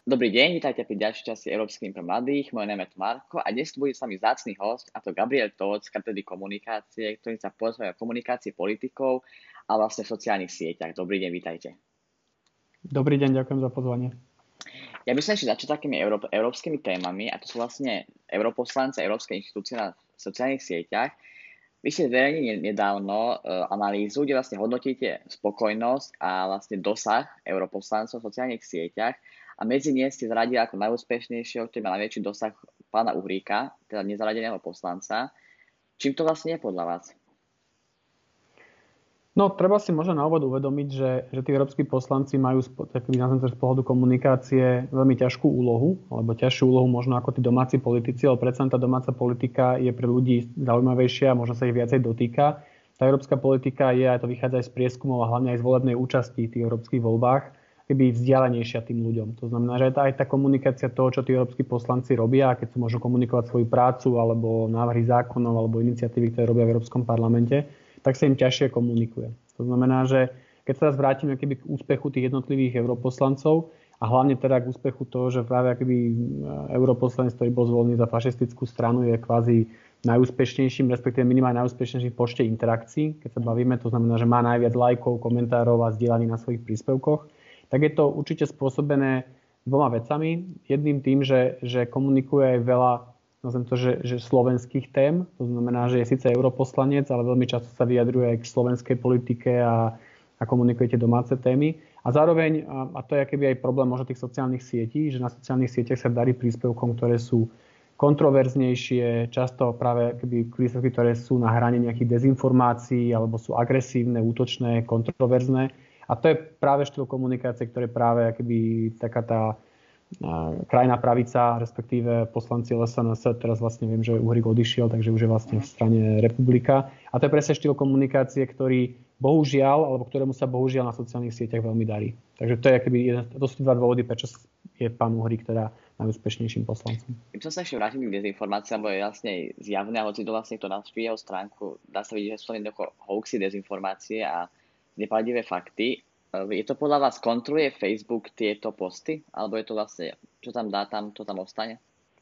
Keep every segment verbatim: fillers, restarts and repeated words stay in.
Dobrý deň, vítajte pri ďalšej časti Európskym pre mladých. Moje meno je Marko a dnes tu bude s nami vzácny host, a to Gabriel Tóth z katedry komunikácie, ktorý sa porozpráva o komunikácii politikov a vlastne v sociálnych sieťach. Dobrý deň, vítajte. Dobrý deň, ďakujem za pozvanie. Ja by som ešte začal takými euró- európskymi témami, a to sú vlastne europoslanci a európske inštitúcie na sociálnych sieťach. Vy ste zverejnili nedávno uh, analýzu, kde vlastne hodnotíte spokojnosť a vlastne dosah europoslancov v sociálnych sieťach. A medzi ne ste zaradili ako najúspešnejšieho, ktorý má najväčší dosah pána Uhríka, teda nezaradeného poslanca. Čím to vlastne je podľa vás? No, treba si možno na úvod uvedomiť, že, že tí európski poslanci majú z, z pohľadu komunikácie veľmi ťažkú úlohu, alebo ťažšiu úlohu možno ako tí domáci politici, ale predsa tá domáca politika je pre ľudí zaujímavejšia, možno sa ich viacej dotýka. Tá európska politika je, aj to vychádza aj z prieskumov a hlavne aj z volebnej účasti v tých európskych voľbách, keby vzdialenejšia tým ľuďom. To znamená, že aj tá komunikácia toho, čo tí európski poslanci robia, keď sú môžu komunikovať svoju prácu alebo návrhy zákonov alebo iniciatívy, ktoré robia v Európskom parlamente, tak sa im ťažšie komunikuje. To znamená, že keď sa teraz vrátime keby k úspechu tých jednotlivých europoslancov a hlavne teda k úspechu toho, že práve keby europoslanec, ktorý bol zvolený za fašistickú stranu, je kvázi najúspešnejším, respektíve minimálne najúspešnejším v počte interakcií, keď sa bavíme, to znamená, že má najviac lajkov, komentárov a zdieľaní na svojich príspevkoch, tak je to určite spôsobené dvoma vecami. Jedným tým, že, že komunikuje aj veľa, nazvem to, že, že slovenských tém. To znamená, že je síce europoslanec, ale veľmi často sa vyjadruje aj k slovenskej politike a, a komunikuje tie domáce témy. A zároveň, a, a to je keby aj problém možno tých sociálnych sietí, že na sociálnych sieťach sa darí príspevkom, ktoré sú kontroverznejšie, často práve keby príspevky, ktoré sú na hrane nejakých dezinformácií alebo sú agresívne, útočné, kontroverzné. A to je práve štýl komunikácie, ktoré práve akoby taká tá krajná pravica, respektíve poslanci el es en es, teraz vlastne viem, že Uhrík odišiel, takže už je vlastne v strane Republika. A to je presne štýl komunikácie, ktorý bohužiaľ, alebo ktorému sa bohužiaľ na sociálnych sieťach veľmi darí. Takže to je akoby jeden, to sú dva dôvody, prečo je pán Uhrík teda najúspešnejším poslancom. Keď som sa ešte vrátil k dezinformáciám, bo je vlastne zjavné, hoci to vlastne to na jeho stránku, dá sa vidieť, že sú jednoducho hoaxy, dezinformácie a nepravdivé fakty. Je to podľa vás, kontroluje Facebook tieto posty? Alebo je to vlastne, čo tam dá, tam to tam ostane?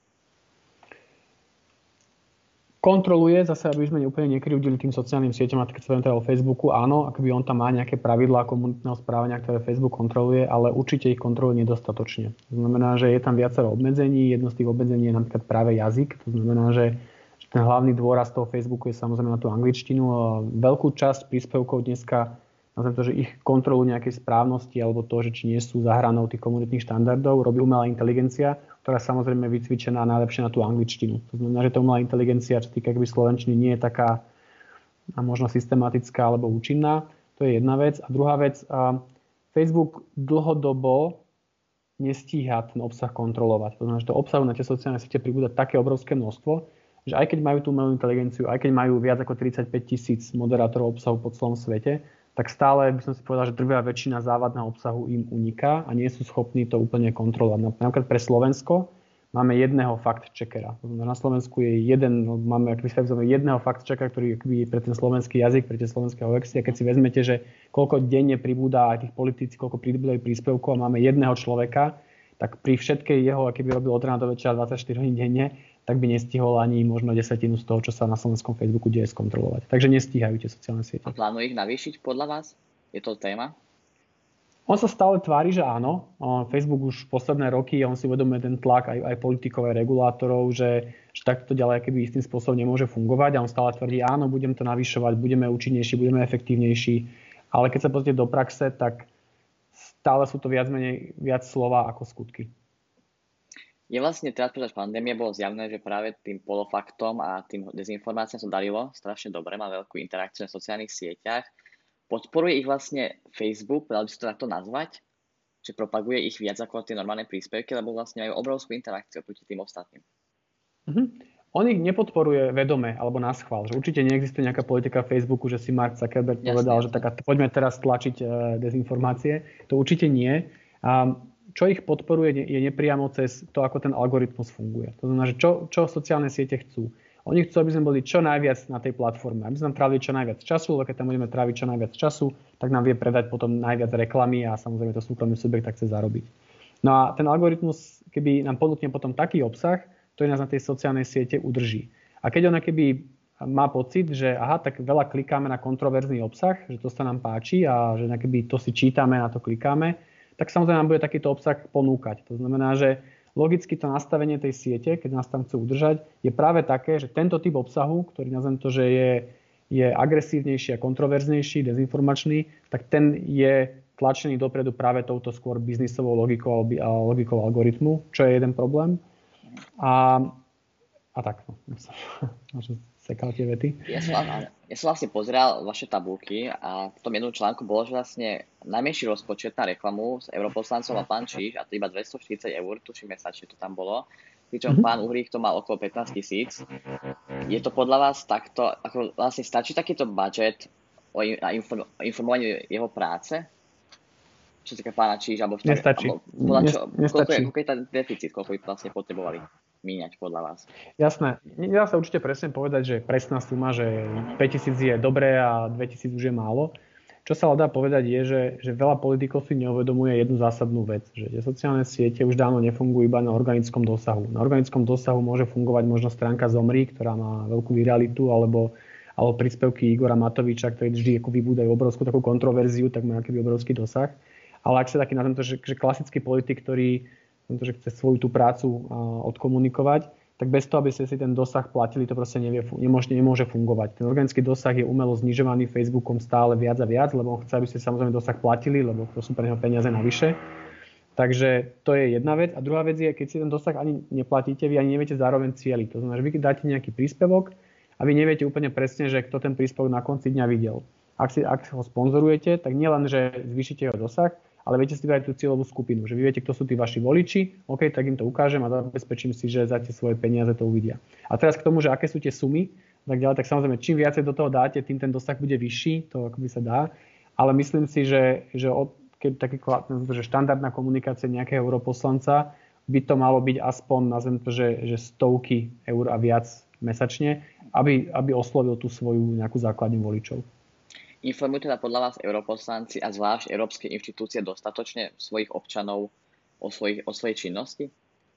Kontroluje, zase aby sme úplne nekrivdili tým sociálnym sieťam, a keď sa teda o Facebooku, áno, akoby on tam má nejaké pravidlá komunitného správania, ktoré Facebook kontroluje, ale určite ich kontroluje nedostatočne. To znamená, že je tam viacero obmedzení, jedno z tých obmedzení je napríklad práve jazyk, to znamená, že ten hlavný dôraz toho Facebooku je samozrejme na tú angličtinu. Veľkú časť príspevkov dneska, nazvem to, že ich kontrolu nejakej správnosti alebo to, že či nie sú za hranou tých komunitných štandardov, robí umelá inteligencia, ktorá samozrejme je vycvičená najlepšie na tú angličtinu. To znamená, že tá umelá inteligencia, čo týka keby slovenčiny, nie je taká a možno systematická alebo účinná. To je jedna vec. A druhá vec, a Facebook dlhodobo nestíha ten obsah kontrolovať. To znamená, že to obsahu na tie sociálne siete pribúda také obrovské množstvo, že aj keď majú tú umelú inteligenciu, aj keď majú viac ako tridsaťpäť tisíc moderátorov obsahu po celom svete, tak stále by som si povedal, že drvivá väčšina závadného obsahu im uniká a nie sú schopní to úplne kontrolovať. Napríklad pre Slovensko máme jedného fact-checkera. Na Slovensku je jeden, no, máme jedného fact-checkera, ktorý je pre ten slovenský jazyk, pre tie slovenské hoaxy. A keď si vezmete, že koľko denne pribúda aj tých politici, koľko pribúda príspevkov a máme jedného človeka, tak pri všetkej jeho, aký by robil od rána do večera dvadsaťštyri hodín denne, tak by nestihol ani možno desatinu z toho, čo sa na slovenskom Facebooku deje, skontrolovať. Takže nestíhajú tie sociálne siete. A plánuje ich navýšiť podľa vás? Je to téma? On sa stále tvári, že áno. Facebook už posledné roky, on si uvedomuje ten tlak aj, aj politikov, aj regulátorov, že, že takto ďalej keby istým spôsobom nemôže fungovať a on stále tvrdí, áno, budem to navyšovať, budeme účinnejší, budeme efektívnejší. Ale keď sa pozrite do praxe, tak stále sú to viac menej viac slova ako skutky. Je vlastne teraz počas pandémie bolo zjavné, že práve tým polofaktom a tým dezinformáciám sa darilo strašne dobre, má veľkú interakciu na sociálnych sieťach. Podporuje ich vlastne Facebook, dal by si to takto nazvať, že propaguje ich viac ako tie normálne príspevky, lebo vlastne majú obrovskú interakciu proti tým ostatným. Mhm. On ich nepodporuje vedome alebo naschvál, že určite neexistuje nejaká politika Facebooku, že si Mark Zuckerberg jasne, povedal, jasne. že tak, poďme teraz tlačiť dezinformácie. To určite nie. A čo ich podporuje, je nepriamo cez to, ako ten algoritmus funguje. To znamená, že čo, čo sociálne siete chcú. Oni chcú, aby sme boli čo najviac na tej platforme, aby sme tam trávili čo najviac času, lebo keď tam budeme tráviť čo najviac času, tak nám vie predať potom najviac reklamy a samozrejme to súkromný subjekt tak chce zarobiť. No a ten algoritmus, keby nám ponúkne potom taký obsah, ktorý nás na tej sociálnej siete udrží. A keď ona keby má pocit, že aha, tak veľa klikáme na kontroverzný obsah, že to sa nám páči a že keby to si čítame, na to klikáme, tak samozrejme nám bude takýto obsah ponúkať. To znamená, že logicky to nastavenie tej siete, keď nás tam chcú udržať, je práve také, že tento typ obsahu, ktorý nazvem to, že je, je agresívnejší a kontroverznejší, dezinformačný, tak ten je tlačený dopredu práve touto skôr biznisovou logikou a logikou algoritmu, čo je jeden problém. A, a tak, no. Možno sekal tie vety. Ja som, ja som vlastne pozeral vaše tabulky a v tom jednom článku bolo, že vlastne najmenší rozpočet na reklamu s europoslancom a pán Číž, a to iba dvestoštyridsať eur, tuším mesačne to tam bolo, pričom mm-hmm. pán Uhrík to mal okolo pätnásť tisíc. Je to podľa vás takto, ako vlastne stačí takýto budget o informovanie jeho práce? Čo sa týka pána Číža, alebo v Nestačí. Alebo, podľa čo, Nestačí. Koľko je ten deficit, koľko by vlastne potrebovali míňať podľa vás? Jasné. Nedá sa určite presne povedať, že presná suma, že päťtisíc je dobré a dvetisíc už je málo. Čo sa ale dá povedať je, že, že veľa politikov si neuvedomuje jednu zásadnú vec, že tie sociálne siete už dávno nefungujú iba na organickom dosahu. Na organickom dosahu môže fungovať možno stránka Zomri, ktorá má veľkú viralitu, alebo, alebo príspevky Igora Matoviča, ktorí vždy ako vybúdajú obrovskú takú kontroverziu, tak má aký obrovský dosah. Ale ak sa taký nazvem to, že, že klasický politik, ktorý to, že chce svoju tú prácu odkomunikovať, tak bez toho, aby ste si ten dosah platili, to proste nevie, nemôže, nemôže fungovať. Ten organický dosah je umelo znižovaný Facebookom stále viac a viac, lebo on chce, aby ste samozrejme dosah platili, lebo to sú pre neho peniaze navyše. Takže to je jedna vec. A druhá vec je, keď si ten dosah ani neplatíte, vy ani neviete zároveň cieliť. To znamená, že vy dáte nejaký príspevok a vy neviete úplne presne, že kto ten príspevok na konci dňa videl. Ak, si, ak ho sponzorujete, tak nielen, že zvýšite jeho dosah, ale viete si vybrať tú cieľovú skupinu, že vy viete, kto sú tí vaši voliči, OK, tak im to ukážem a zabezpečím si, že za tie svoje peniaze to uvidia. A teraz k tomu, že aké sú tie sumy, tak ďalej, tak samozrejme, čím viacej do toho dáte, tým ten dosah bude vyšší, to akoby sa dá, ale myslím si, že, že, od, keď taký, že štandardná komunikácia nejakého europoslanca by to malo byť aspoň, nazvem to, že, že stovky eur a viac mesačne, aby, aby oslovil tú svoju nejakú základňu voličov. Informujú teda podľa vás europoslanci a zvlášť európske inštitúcie dostatočne svojich občanov o, svojich, o svojej činnosti?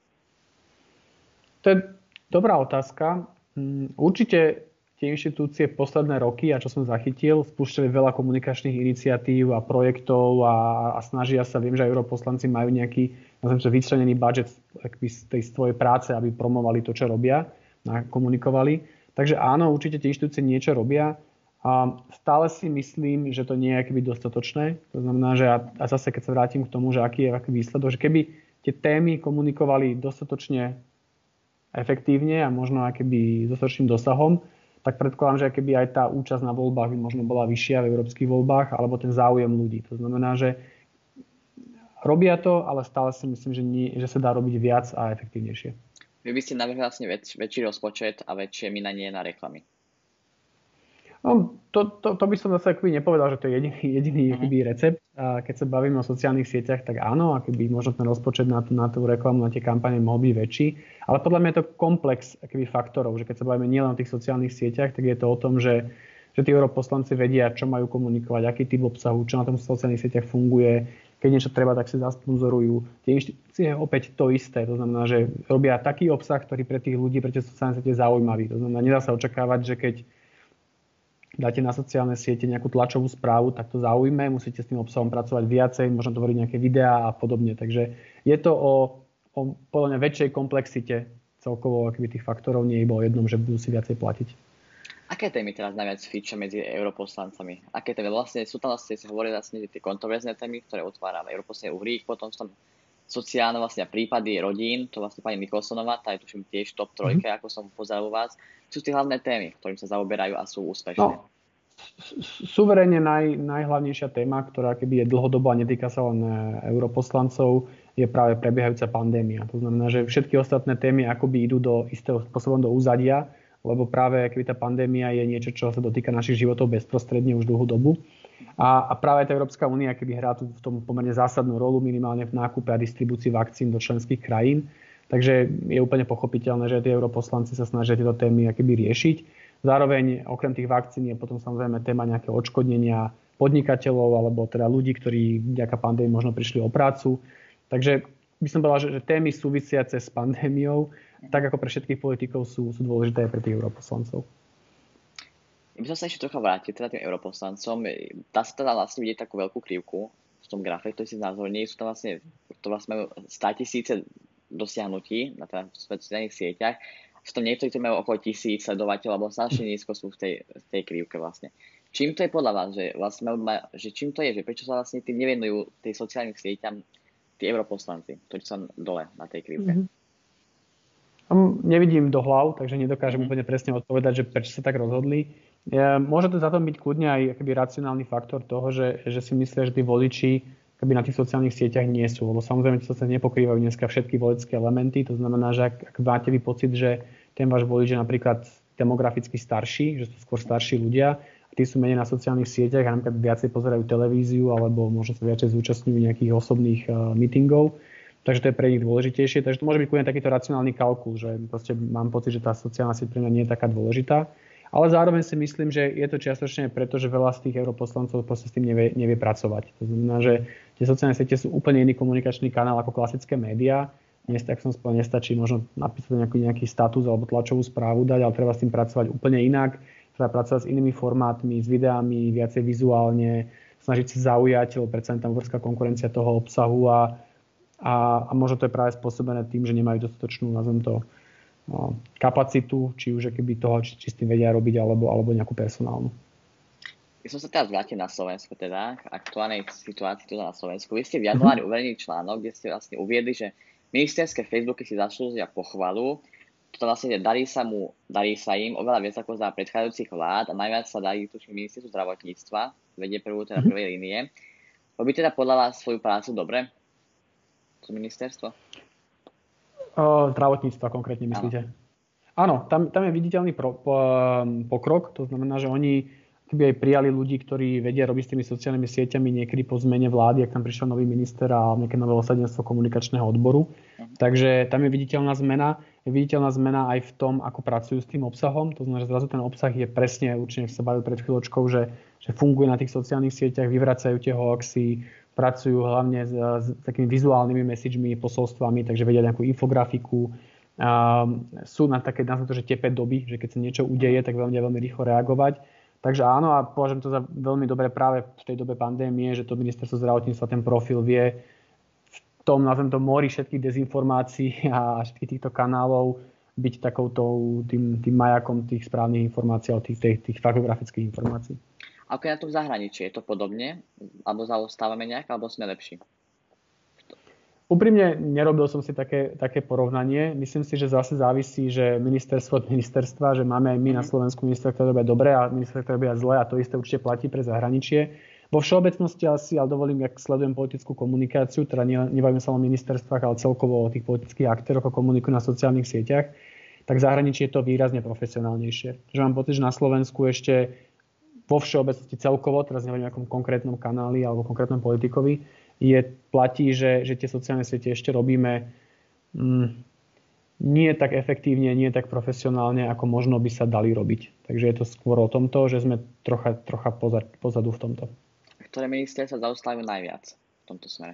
To je dobrá otázka. Určite tie inštitúcie posledné roky, a čo som zachytil, spúšťali veľa komunikačných iniciatív a projektov a, a snažia sa, viem, že aj europoslanci majú nejaký, nazviem to, vyčlenený budget z tej svojej práce, aby promovali to, čo robia, komunikovali. Takže áno, určite tie inštitúcie niečo robia. A stále si myslím, že to nie je akoby dostatočné. To znamená, že a, a zase keď sa vrátim k tomu, že aký je aký výsledok, že keby tie témy komunikovali dostatočne efektívne a možno akoby dostatočným dosahom, tak predpokladám, že akoby aj tá účasť na voľbách by možno bola vyššia v európskych voľbách, alebo ten záujem ľudí. To znamená, že robia to, ale stále si myslím, že, nie, že sa dá robiť viac a efektívnejšie. Vy by ste navrhli vlastne väč, väčší rozpočet a väčšie minanie na reklamy. No, to, to, to by som zase akoby nepovedal, že to je jediný, jediný uh-huh. akoby recept. A keď sa bavíme o sociálnych sieťach, tak áno, akoby možno ten rozpočet na tú, na tú reklamu, na tie kampane mohol byť väčší. Ale podľa mňa je to komplex akoby faktorov, že keď sa bavíme nielen o tých sociálnych sieťach, tak je to o tom, že, že tí europoslanci vedia, čo majú komunikovať, aký typ obsahu, čo na tom sociálnych sieťach funguje. Keď niečo treba, tak si zasponzorujú. Tie inštitúcie opäť to isté. To znamená, že robia taký obsah, ktorý pre tých ľudí, pre tie sociálne siete je zaujímavý. To znamená, nedá sa očakávať, že keď dáte na sociálne siete nejakú tlačovú správu, tak to zaujme, musíte s tým obsahom pracovať viacej, možno tvoriť nejaké videá a podobne. Takže je to o, o podľa mňa väčšej komplexite celkovo akby tých faktorov, nie iba o jednom, že budú si viacej platiť. Aké témy teraz najviac fíčia medzi europoslancami? Aké témy? Vlastne sú tam vlastne, si hovorili vlastne tie kontroverzné témy, ktoré otvára europoslanec Uhrík, potom sú tam sociálne vlastne prípady rodín, to vlastne pani Nikolsonová, tá je tuším tiež top trojke, mm-hmm. ako som pozeral u vás. Sú tie hlavné témy, ktorým sa zaoberajú a sú úspešné? No, suverejne naj, najhlavnejšia téma, ktorá keby je dlhodobá a netýka sa len europoslancov, je práve prebiehajúca pandémia. To znamená, že všetky ostatné témy akoby idú do istého spôsobom do úzadia, lebo práve keby tá pandémia je niečo, čo sa dotýka našich životov bezprostredne už dlhú dobu. A, a práve tá Európska únia keby hrá tu v tom pomerne zásadnú rolu minimálne v nákupe a distribúcii vakcín do členských krajín. Takže je úplne pochopiteľné, že tí europoslanci sa snažia tieto témy akoby riešiť. Zároveň okrem tých vakcín je potom samozrejme téma nejakého odškodnenia podnikateľov alebo teda ľudí, ktorí vďaka pandémii možno prišli o prácu. Takže by som povedal, že, že témy súvisiace s pandémiou, tak ako pre všetkých politikov sú, sú dôležité aj pre tých europoslancov. Ja by som sa ešte trocha vrátil teda tým europoslancom. Dá sa teda vlastne vidieť takú veľkú krivku v tom grafe, ktorý si znázorní. Sú tam vlastne, to vlastne majú státisíce dosiahnutí na teda sociálnych sieťach. Sú tam niektorí, ktorí majú okolo tisíc sledovateľov, alebo strašne nízko sú v tej, v tej krivke vlastne. Čím to je podľa vás, že, vlastne, že čím to je, že prečo sa vlastne tým nevenujú tej sociálnych sieťam tí europoslanci, ktorí sú dole na tej krivke? Mm-hmm. Nevidím do hlav, takže nedokážem mm-hmm. úplne presne odpovedať, že prečo sa tak rozhodli. Ja, môže to za to byť kľudne aj akoby racionálny faktor toho, že, že si myslia, že tí voliči akoby na tých sociálnych sieťach nie sú, lebo samozrejme to sa nepokrývajú dneska všetky voličské elementy, to znamená, že ak, ak máte vy pocit, že ten váš volič je napríklad demograficky starší, že sú skôr starší ľudia, tí sú menej na sociálnych sieťach a napríklad viacej pozerajú televíziu alebo možno sa viacej zúčastňujú nejakých osobných uh, meetingov. Takže to je pre nich dôležitejšie. Takže to môže byť kľudne takýto racionálny kalkul, že proste mám pocit, že tá sociálna sieť pre mňa nie je taká dôležitá. Ale zároveň si myslím, že je to čiastočne preto, že veľa z tých europoslancov proste s tým nevie, nevie pracovať. To znamená, že tie sociálne siete sú úplne iný komunikačný kanál ako klasické médiá. Dnes, tak som spomínal, nestačí možno napísať nejaký, nejaký status alebo tlačovú správu dať, ale treba s tým pracovať úplne inak. Treba pracovať s inými formátmi, s videami, viacej vizuálne, snažiť sa zaujať, lebo predsa je tam obrovská konkurencia toho obsahu a, a, a možno to je práve spôsobené tým, že nemajú dostatočnú, nazvem to, no, kapacitu, či už keby toho, či, či s tým vedia robiť, alebo, alebo nejakú personálnu. Ja som sa teraz vrátil na Slovensko, teda k aktuálnej situácii tu na Slovensku. Vy ste v januári mm-hmm. uverejnili článok, kde ste vlastne uviedli, že ministerské Facebooky si zaslúžia pochvalu. To vlastne darí sa, mu, darí sa im oveľa viac ako za predchádzajúcich vlád a najviac sa darí tuším ministerstvu zdravotníctva, vedie prvú teda prvej línie. Robí teda podľa vás svoju prácu dobre? To ministerstvo? O, zdravotníctva konkrétne myslíte? Áno, tam, tam je viditeľný pro, po, pokrok, to znamená, že oni keby aj prijali ľudí, ktorí vedia robiť s tými sociálnymi sieťami niekedy po zmene vlády, ak tam prišiel nový minister a nejaké nové osadenstvo komunikačného odboru. Uh-huh. Takže tam je viditeľná zmena. Je viditeľná zmena aj v tom, ako pracujú s tým obsahom. To znamená, že zrazu ten obsah je presne, určite sa bavili pred chvíľočkou, že, že funguje na tých sociálnych sieťach, vyvracajú tie hoaxy, pracujú hlavne s, s takými vizuálnymi messagemi, posolstvami, takže vedia nejakú infografiku. Um, sú na také, nazvime to, že tepé doby, že keď sa niečo udeje, tak veľmi, veľmi rýchlo reagovať. Takže áno, a považujem to za veľmi dobre práve v tej dobe pandémie, že to ministerstvo zdravotníctva ten profil vie v tom, nazvem to, mori všetkých dezinformácií a všetkých týchto kanálov byť takouto tým, tým majakom tých správnych informácií a tých, tých, tých faktografických informácií. Ako je na to v zahraničí? Je to podobne? Alebo zaostávame nejak, alebo sme lepší? Úprimne nerobil som si také, také porovnanie. Myslím si, že zase závisí, že ministerstvo od ministerstva, že máme aj my na Slovensku ministerstvo, ktoré robia dobre a ministerstvo, ktoré robia zle a to isté určite platí pre zahraničie. Vo všeobecnosti asi, ale dovolím, ak sledujem politickú komunikáciu, teda nebavím sa o ministerstvách, ale celkovo o tých politických aktéroch, ako komunikujú na sociálnych sieťach, tak v zahraničí je to výrazne profesionálnejšie. Že mám pocit, že na Slovensku ešte vo všeobecnosti celkovo, teraz neviem o nejakom konkrétnom kanáli alebo konkrétnom politikovi, je, platí, že, že tie sociálne siete ešte robíme mm, nie tak efektívne, nie tak profesionálne, ako možno by sa dali robiť. Takže je to skôr o tomto, že sme trocha, trocha pozadu v tomto. Ktoré ministerstva zaostávajú najviac v tomto smere?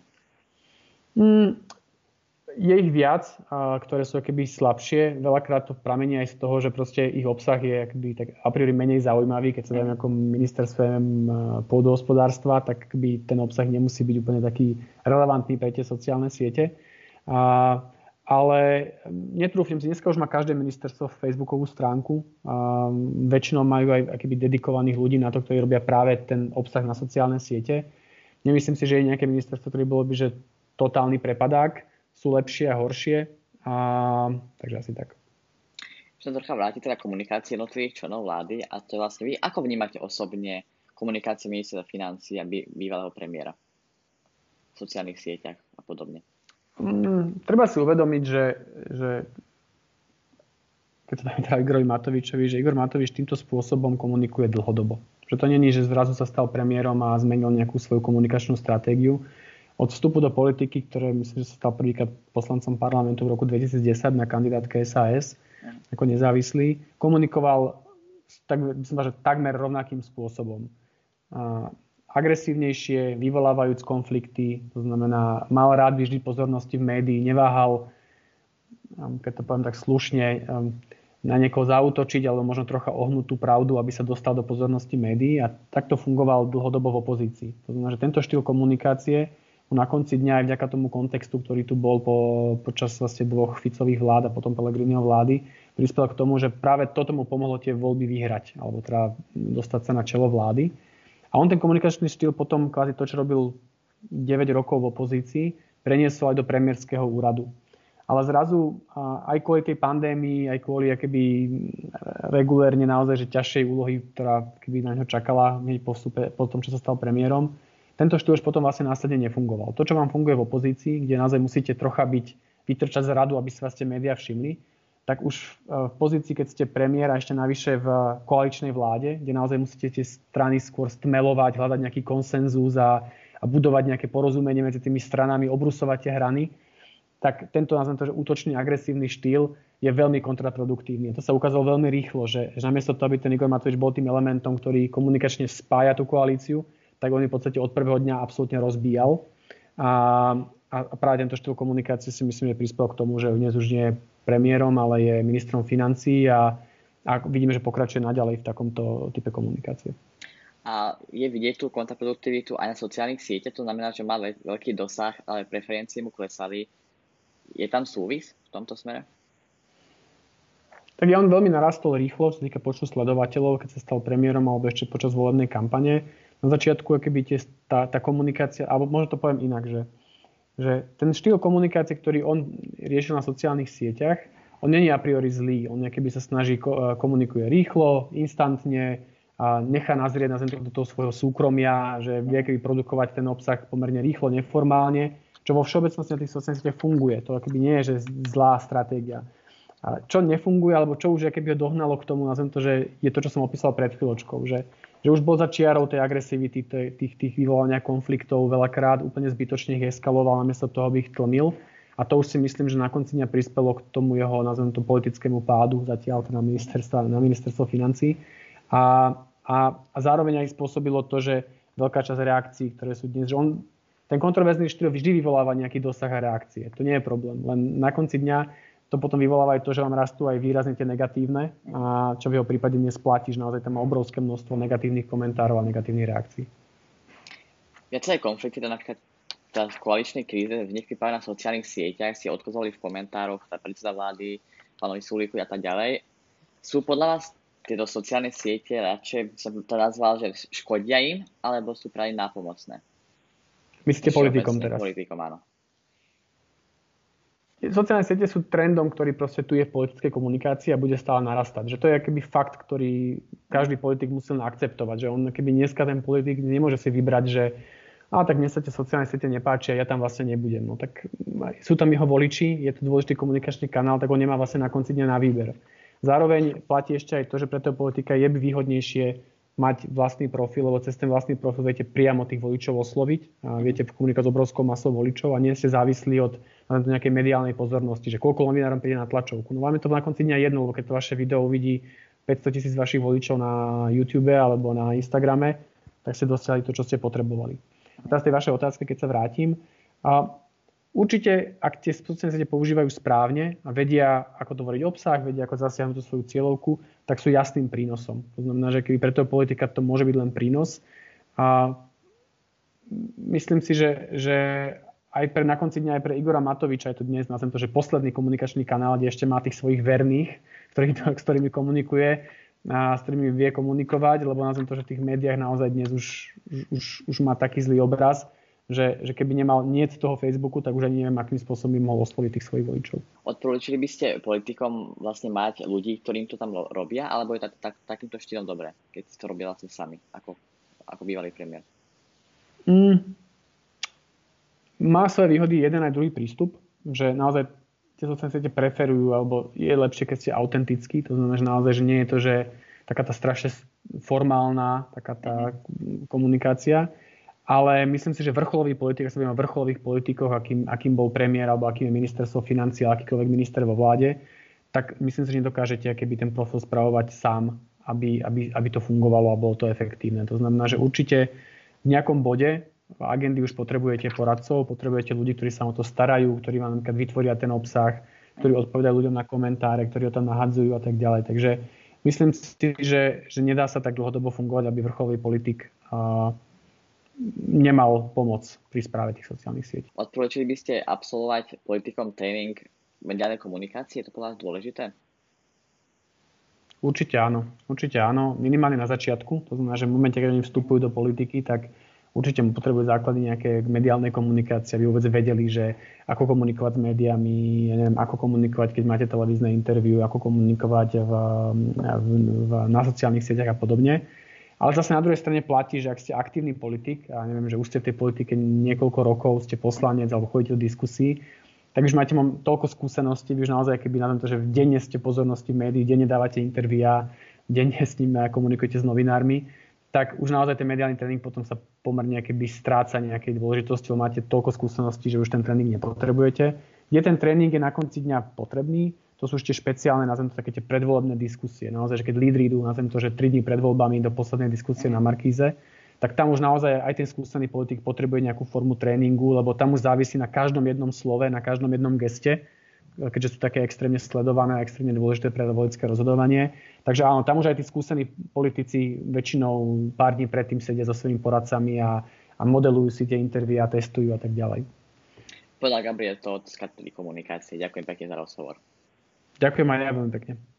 Mm, je ich viac, a, ktoré sú akoby slabšie. Veľakrát to pramení aj z toho, že proste ich obsah je akoby tak a priori menej zaujímavý. Keď sa dáme ako ministerstve pôdohospodárstva, tak akoby ten obsah nemusí byť úplne taký relevantný pre tie sociálne siete. A, ale netrúfnem si, dneska už má každé ministerstvo Facebookovú stránku. A väčšinou majú aj akoby dedikovaných ľudí na to, ktorí robia práve ten obsah na sociálne siete. Nemyslím si, že je nejaké ministerstvo, ktoré bolo by, že totálny prepadák. Sú lepšie a horšie. A, takže asi tak. Chcem trocha vrátiť teda komunikácie jednotlivých členov vlády a to vlastne vy, ako vnímate osobne komunikácie ministra financií a bývalého premiéra v sociálnych sieťach a podobne? Mm, treba si uvedomiť, že, že keď sa dáme teda Igorovi Matovičovi, že Igor Matovič týmto spôsobom komunikuje dlhodobo. Že to nie je, že zrazu sa stal premiérom a zmenil nejakú svoju komunikačnú stratégiu. Od vstupu do politiky, ktoré myslím, že sa stal prvýkrát poslancom parlamentu v roku dvetisícdesať na kandidátke es a es ako nezávislý, komunikoval tak, myslím, že takmer rovnakým spôsobom. A, agresívnejšie, vyvolávajúc konflikty, to znamená, mal rád vždy pozornosti v médii, neváhal, keď to poviem tak slušne, na niekoho zaútočiť, alebo možno trocha ohnúť tú pravdu, aby sa dostal do pozornosti médií a takto fungoval dlhodobo v opozícii. To znamená, že tento štýl komunikácie na konci dňa aj vďaka tomu kontextu, ktorý tu bol po, počas vlastne dvoch Ficových vlád a potom Pellegriniho vlády, prispel k tomu, že práve toto mu pomohlo tie voľby vyhrať, alebo teda dostať sa na čelo vlády. A on ten komunikačný štýl potom, kvázi to, čo robil deväť rokov v opozícii, preniesol aj do premiérskeho úradu. Ale zrazu aj kvôli tej pandémii, aj kvôli akéby regulérne naozaj, že ťažšej úlohy, ktorá keby na ňo čakala hneď po vstupe, po tom, čo sa stal premiérom, tento štýl už potom vlastne následne nefungoval. To, čo vám funguje v opozícii, kde naozaj musíte trocha byť, vytrčať z radu, aby sa vás tie médiá všimli, tak už v pozícii, keď ste premiér a ešte navyše v koaličnej vláde, kde naozaj musíte tie strany skôr stmelovať, hľadať nejaký konsenzus a, a budovať nejaké porozumenie medzi tými stranami, obrusovať tie hrany, tak tento, nazvem to, že útočný, agresívny štýl je veľmi kontraproduktívny. A to sa ukázalo veľmi rýchlo, že, že namiesto toho, aby ten Igor Matovič bol tým elementom, ktorý komunikačne spája tú koalíciu, tak on v podstate od prvého dňa absolútne rozbíjal. A, a práve tento štýl komunikácie si myslím, že prispel k tomu, že dnes už nie je premiérom, ale je ministrom financií a, a vidíme, že pokračuje naďalej v takomto type komunikácie. A je vidieť tú kontraproduktivitu aj na sociálnych sieťach, to znamená, že má veľký dosah, ale preferencie mu klesali. Je tam súvis v tomto smere? Tak ja on veľmi narastol rýchlo, čo sa týka počtu sledovateľov, keď sa stal premiérom alebo ešte počas volebnej kampane. Na začiatku keby tie, tá, tá komunikácia, alebo možno to poviem inak, že že ten štýl komunikácie, ktorý on riešil na sociálnych sieťach, on nie je a priori zlý. On keby sa snaží komunikuje rýchlo, instantne a nechá nazrieť na do toho svojho súkromia, že vie keby produkovať ten obsah pomerne rýchlo, neformálne, čo vo všeobecnosti na tých sociálnych sieťach funguje. To keby nie je, že zlá stratégia. A čo nefunguje, alebo čo už keby ho dohnalo k tomu, nazvem to, že je to, čo som opísal pred chvíľočkou, že že už bol za čiarou tej agresivity, tých, tých vyvolania konfliktov, veľakrát úplne zbytočne ich eskaloval, namiesto toho by ich tlmil. A to už si myslím, že na konci dňa prispelo k tomu jeho, nazvem to, politickému pádu, zatiaľ to na ministerstvo, na ministerstvo financií. A, a, a zároveň aj spôsobilo to, že veľká časť reakcií, ktoré sú dnes, že on, ten kontroverzný štýl vždy vyvoláva nejaký dosah a reakcie. To nie je problém. Len na konci dňa to potom vyvoláva aj to, že vám rastú aj výrazne tie negatívne, a čo v jeho prípade nesplatí, že naozaj tam má obrovské množstvo negatívnych komentárov a negatívnych reakcií. Viaceré konflikty, to napríklad tá v koaličnej kríze vznikli práve na sociálnych sieťach, si odkazovali v komentároch, tá predseda vlády, pánovi Sulíku a tak ďalej. Sú podľa vás tieto sociálne siete radšej, som to nazval, že škodia im, alebo sú práve nápomocné? Myslíte politikom teraz? Politikom, áno. Sociálne siete sú trendom, ktorý proste tu je v politickej komunikácii a bude stále narastať. Že to je akýby fakt, ktorý každý politik musí akceptovať. Že on keby dneska ten politik nemôže si vybrať, že a tak mne sa tie sociálne siete nepáčia, ja tam vlastne nebudem. No tak sú tam jeho voliči, je to dôležitý komunikačný kanál, tak on nemá vlastne na konci dňa na výber. Zároveň platí ešte aj to, že pre toho politika je výhodnejšie mať vlastný profil, lebo cez ten vlastný profil viete priamo tých voličov osloviť a viete komunikovať s obrovskou masou voličov a nie ste závislí od nejakej mediálnej pozornosti, že koľko novinárom príde na tlačovku. No máme to na konci dňa jedno, lebo keď to vaše video uvidí päťsto tisíc vašich voličov na YouTube alebo na Instagrame, tak ste dosiahli to, čo ste potrebovali. A teraz tej vašej otázke, keď sa vrátim. A určite, ak tie sociálne siete používajú správne a vedia, ako tvoriť obsah, vedia, ako zasiahnuť tú svoju cieľovku, tak sú jasným prínosom. To znamená, že keby pre toho politika to môže byť len prínos. A myslím si, že, že aj pre, na konci dňa aj pre Igora Matoviča je to dnes, nazvem to, že posledný komunikačný kanál, kde ešte má tých svojich verných, ktorý, s ktorými komunikuje a s ktorými vie komunikovať, lebo nazvem to, že v tých médiách naozaj dnes už, už, už má taký zlý obraz, Že, že keby nemal niet toho Facebooku, tak už ani neviem, akým spôsobom by mohol osloviť tých svojich voličov. Odporúčili by ste politikom vlastne mať ľudí, ktorým to tam robia, alebo je tak, tak, takýmto štýlom dobré, keď to robia vlastne sami, ako, ako bývalý premiér? Mm. Má svoje výhody jeden aj druhý prístup, že naozaj tie sociálne siete preferujú, alebo je lepšie, keď ste autentickí, to znamená, že naozaj, že nie je to, že taká tá strašne formálna, taká tá mm-hmm. komunikácia. Ale myslím si, že vrcholový politik, ak sa bavíme o vrcholových politikoch, akým, akým bol premiér alebo akým je ministerstvo financií, akýkoľvek minister vo vláde, tak myslím si, že nedokážete keby ten profil spravovať sám, aby, aby, aby to fungovalo a bolo to efektívne. To znamená, že určite v nejakom bode agendy už potrebujete poradcov, potrebujete ľudí, ktorí sa o to starajú, ktorí vám napríklad vytvoria ten obsah, ktorí odpovedajú ľuďom na komentáre, ktorí ho tam nahadzujú a tak ďalej. Takže myslím si, že, že nedá sa tak dlhodobo fungovať, aby vrcholový politik uh, nemal pomoc pri správe tých sociálnych sietí. Odporúčili by ste absolvovať politikom tréning mediálnej komunikácie? Je to podľa vás dôležité? Určite áno. Určite áno. Minimálne na začiatku. To znamená, že v momente, keď oni vstupujú do politiky, tak určite potrebujú základy nejaké mediálnej komunikácie, aby vôbec vedeli, že ako komunikovať s médiami, ja neviem, ako komunikovať, keď máte televízne interview, ako komunikovať v, v, v, na sociálnych sieťach a podobne. Ale zase na druhej strane platí, že ak ste aktívny politik, a neviem, že už ste v tej politike niekoľko rokov, ste poslanec alebo chodíte do diskusí, tak už máte toľko skúseností, vy už naozaj, keby na to, že denne ste pozornosti v médií, denne dávate interviá, denne s ním komunikujete s novinármi, tak už naozaj ten mediálny tréning potom sa pomerne keby stráca nejakej dôležitosti, lebo máte toľko skúseností, že už ten tréning nepotrebujete. Kde ten tréning je na konci dňa potrebný, to sú ešte špeciálne, nazvem to také tie predvolebné diskusie. Naozaj, že keď lídri idú, nazvem to, že tri dni pred voľbami do poslednej diskusie na Markíze, tak tam už naozaj aj ten skúsený politik potrebuje nejakú formu tréningu, lebo tam už závisí na každom jednom slove, na každom jednom geste, keďže sú také extrémne sledované a extrémne dôležité pre voličské rozhodovanie. Takže áno, tam už aj tí skúsení politici väčšinou pár dní predtým sedia so svojimi poradcami a, a modelujú si tie intervíá, testujú a tak ďalej. Povedal Gabriel to od komunikácie. Ďakujem pekne za rozhovor. Ďakujem aj ja veľmi pekne.